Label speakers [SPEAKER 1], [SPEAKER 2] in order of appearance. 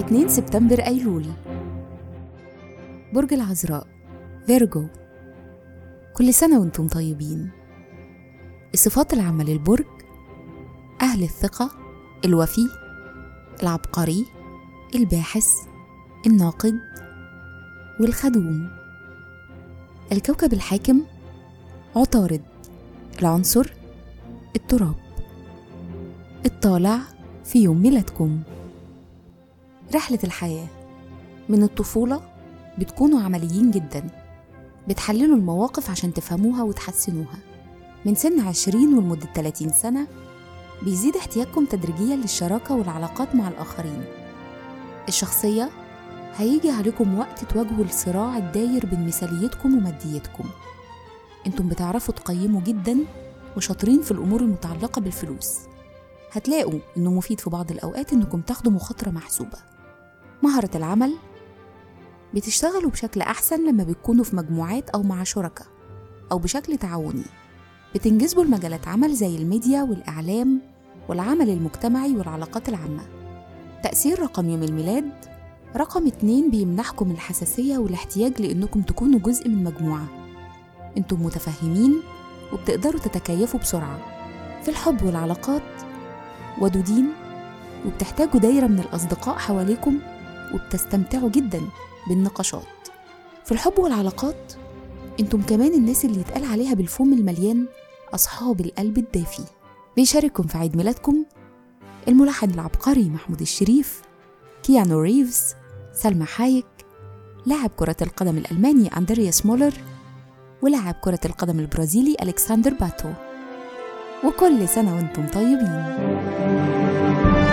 [SPEAKER 1] 2 سبتمبر أيلول. برج العذراء فيرجو، كل سنة وانتم طيبين. الصفات العامة للبرج: أهل الثقة، الوفي، العبقري، الباحث، الناقد، والخدوم. الكوكب الحاكم: عطارد، العنصر التراب. الطالع في يوم ميلادكم. رحلة الحياة: من الطفولة بتكونوا عمليين جدا، بتحللوا المواقف عشان تفهموها وتحسنوها. من سن 20 ولمدة 30 سنة بيزيد احتياجكم تدريجيا للشراكة والعلاقات مع الآخرين. الشخصية: هيجي عليكم وقت تواجهوا الصراع الداير بين مثاليتكم وماديتكم. انتم بتعرفوا تقيموا جدا وشاطرين في الأمور المتعلقة بالفلوس. هتلاقوا انه مفيد في بعض الأوقات انكم تاخدوا مخاطرة محسوبة. مهارة العمل: بتشتغلوا بشكل أحسن لما بتكونوا في مجموعات أو مع شركاء أو بشكل تعاوني. بتنجذبوا لمجالات عمل زي الميديا والإعلام والعمل المجتمعي والعلاقات العامة. تأثير رقم يوم الميلاد: رقم 2 بيمنحكم الحساسية والاحتياج لأنكم تكونوا جزء من مجموعة. انتم متفهمين وبتقدروا تتكيفوا بسرعة. في الحب والعلاقات ودودين، وبتحتاجوا دايرة من الأصدقاء حواليكم وبتستمتعوا جدا بالنقاشات. في الحب والعلاقات انتم كمان الناس اللي يتقال عليها بالفم المليان أصحاب القلب الدافي. بيشارككم في عيد ميلادكم الملحن العبقري محمود الشريف، كيانو ريفز، سلمى حايك، لاعب كرة القدم الألماني أندرياس مولر، ولاعب كرة القدم البرازيلي ألكسندر باتو. وكل سنة وانتم طيبين.